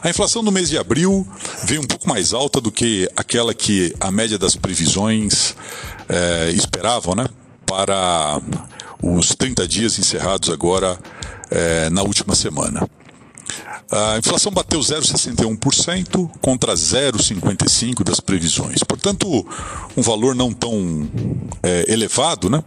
A inflação do mês de abril veio um pouco mais alta do que aquela que a média das previsões esperavam, né, para os 30 dias encerrados agora na última semana. A inflação bateu 0,61% contra 0,55% das previsões. Portanto, um valor não tão elevado, né?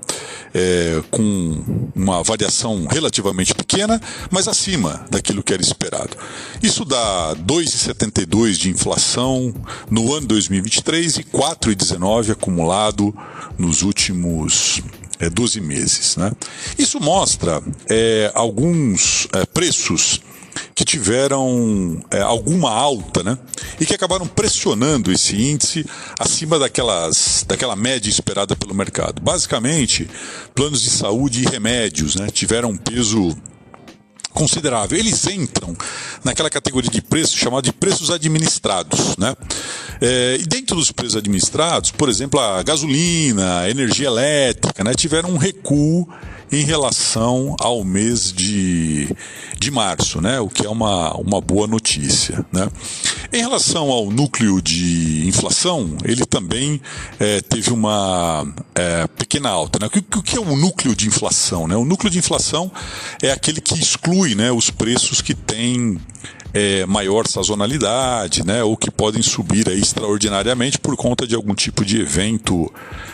Com uma variação relativamente pequena, mas acima daquilo que era esperado. Isso dá 2,72% de inflação no ano 2023 e 4,19% acumulado nos últimos 12 meses. Né? Isso mostra alguns preços que tiveram alguma alta, né? E que acabaram pressionando esse índice acima daquela média esperada pelo mercado. Basicamente, planos de saúde e remédios, né, tiveram um peso considerável. Eles entram naquela categoria de preços chamada de preços administrados, né? E dentro dos preços administrados, por exemplo, a gasolina, a energia elétrica, né, tiveram um recuo em relação ao mês de março, né, o que é uma boa notícia, né. Em relação ao núcleo de inflação, ele também teve uma pequena alta. Né. O que é o núcleo de inflação? Né? O núcleo de inflação é aquele que exclui, né, os preços que têm maior sazonalidade, né, ou que podem subir aí extraordinariamente por conta de algum tipo de evento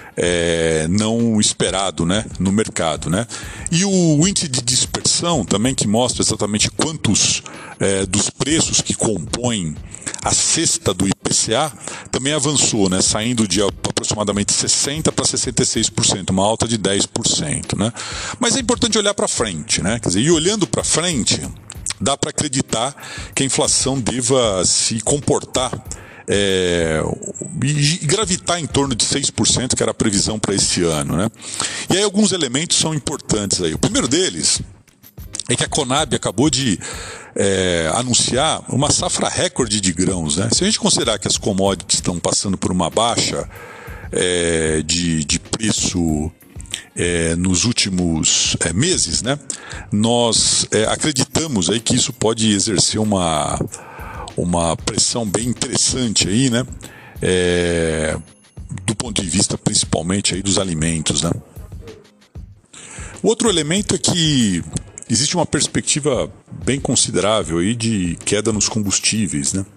não esperado, né, no mercado, né? E o índice de dispersão também, que mostra exatamente quantos dos preços que compõem a cesta do IPCA, também avançou, né, saindo de aproximadamente 60% para 66%, uma alta de 10%. Né? Mas é importante olhar para frente, né? Quer dizer, e olhando para frente, dá para acreditar que a inflação deva se comportar e gravitar em torno de 6%, que era a previsão para esse ano. Né? E aí alguns elementos são importantes aí. O primeiro deles é que a Conab acabou de anunciar uma safra recorde de grãos. Né? Se a gente considerar que as commodities estão passando por uma baixa de preço nos últimos meses, né? Nós acreditamos aí que isso pode exercer uma pressão bem interessante aí, né? Do ponto de vista principalmente aí dos alimentos, né? O outro elemento é que existe uma perspectiva bem considerável aí de queda nos combustíveis, né?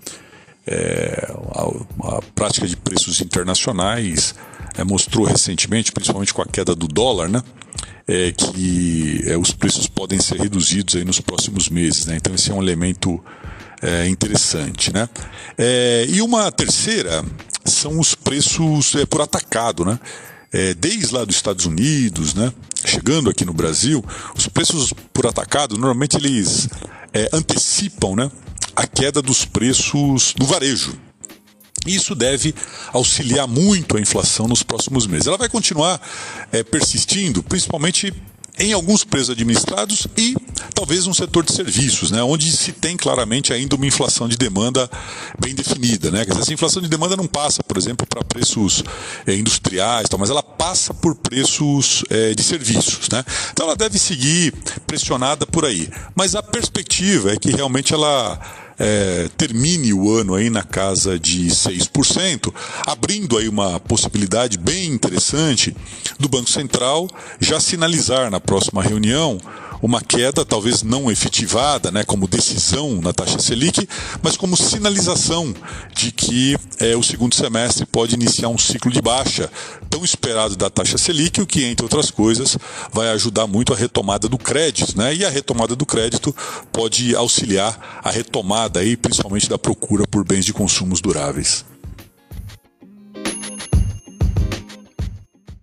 A prática de preços internacionais mostrou recentemente, principalmente com a queda do dólar, né? Que os preços podem ser reduzidos aí nos próximos meses, né? Então esse é um elemento interessante, né? E uma terceira são os preços por atacado, né? Desde lá dos Estados Unidos, né? Chegando aqui no Brasil, os preços por atacado normalmente eles antecipam, né, a queda dos preços no varejo. Isso deve auxiliar muito a inflação nos próximos meses. Ela vai continuar persistindo, principalmente em alguns preços administrados e talvez no setor de serviços, né, onde se tem claramente ainda uma inflação de demanda bem definida. Né? Quer dizer, essa inflação de demanda não passa, por exemplo, para preços industriais, mas ela passa por preços de serviços. Né? Então ela deve seguir pressionada por aí. Mas a perspectiva é que realmente ela termine o ano aí na casa de 6%, abrindo aí uma possibilidade bem interessante do Banco Central já sinalizar na próxima reunião uma queda, talvez não efetivada, né, como decisão na taxa Selic, mas como sinalização de que o segundo semestre pode iniciar um ciclo de baixa tão esperado da taxa Selic, o que, entre outras coisas, vai ajudar muito a retomada do crédito, né? E a retomada do crédito pode auxiliar a retomada aí, principalmente da procura por bens de consumos duráveis.